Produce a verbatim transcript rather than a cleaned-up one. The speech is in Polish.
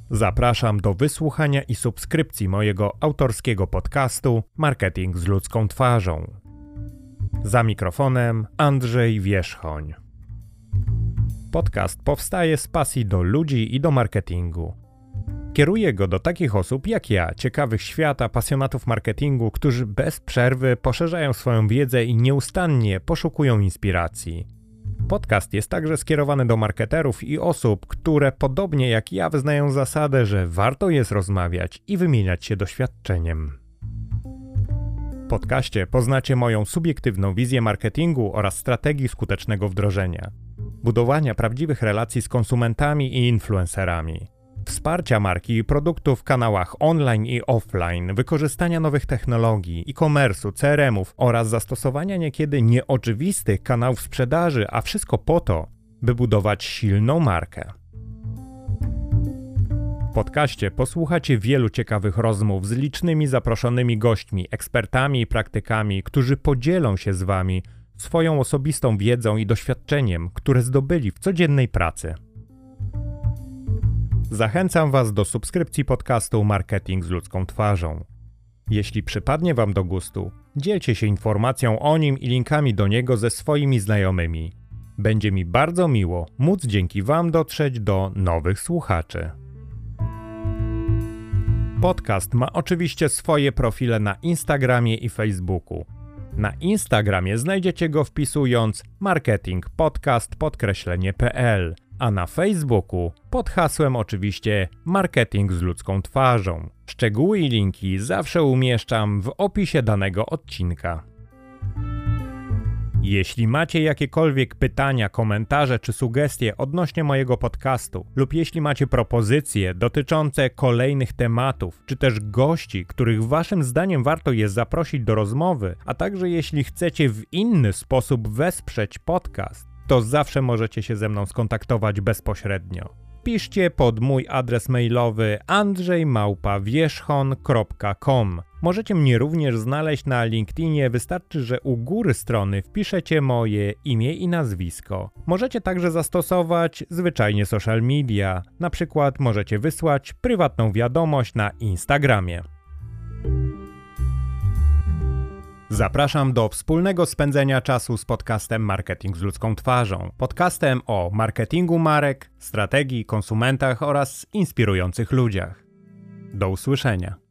Zapraszam do wysłuchania i subskrypcji mojego autorskiego podcastu Marketing z ludzką twarzą. Za mikrofonem Andrzej Wierzchoń. Podcast powstaje z pasji do ludzi i do marketingu. Kieruję go do takich osób jak ja, ciekawych świata, pasjonatów marketingu, którzy bez przerwy poszerzają swoją wiedzę i nieustannie poszukują inspiracji. Podcast jest także skierowany do marketerów i osób, które podobnie jak ja wyznają zasadę, że warto jest rozmawiać i wymieniać się doświadczeniem. W podcaście poznacie moją subiektywną wizję marketingu oraz strategii skutecznego wdrożenia, budowania prawdziwych relacji z konsumentami i influencerami, wsparcia marki i produktów w kanałach online i offline, wykorzystania nowych technologii, e-commerce'u, C R M ów oraz zastosowania niekiedy nieoczywistych kanałów sprzedaży, a wszystko po to, by budować silną markę. W podcaście posłuchacie wielu ciekawych rozmów z licznymi zaproszonymi gośćmi, ekspertami i praktykami, którzy podzielą się z Wami swoją osobistą wiedzą i doświadczeniem, które zdobyli w codziennej pracy. Zachęcam Was do subskrypcji podcastu Marketing z ludzką twarzą. Jeśli przypadnie Wam do gustu, dzielcie się informacją o nim i linkami do niego ze swoimi znajomymi. Będzie mi bardzo miło móc dzięki Wam dotrzeć do nowych słuchaczy. Podcast ma oczywiście swoje profile na Instagramie i Facebooku. Na Instagramie znajdziecie go wpisując marketing podcast podkreślenie p l, a na Facebooku pod hasłem oczywiście Marketing z ludzką twarzą. Szczegóły i linki zawsze umieszczam w opisie danego odcinka. Jeśli macie jakiekolwiek pytania, komentarze czy sugestie odnośnie mojego podcastu lub jeśli macie propozycje dotyczące kolejnych tematów czy też gości, których waszym zdaniem warto jest zaprosić do rozmowy, a także jeśli chcecie w inny sposób wesprzeć podcast, to zawsze możecie się ze mną skontaktować bezpośrednio. Piszcie pod mój adres mailowy andrzej małpa wierzchon kropka com. Możecie mnie również znaleźć na LinkedInie, wystarczy, że u góry strony wpiszecie moje imię i nazwisko. Możecie także zastosować zwyczajnie social media, na przykład możecie wysłać prywatną wiadomość na Instagramie. Zapraszam do wspólnego spędzenia czasu z podcastem Marketing z ludzką twarzą. Podcastem o marketingu marek, strategii, konsumentach oraz inspirujących ludziach. Do usłyszenia.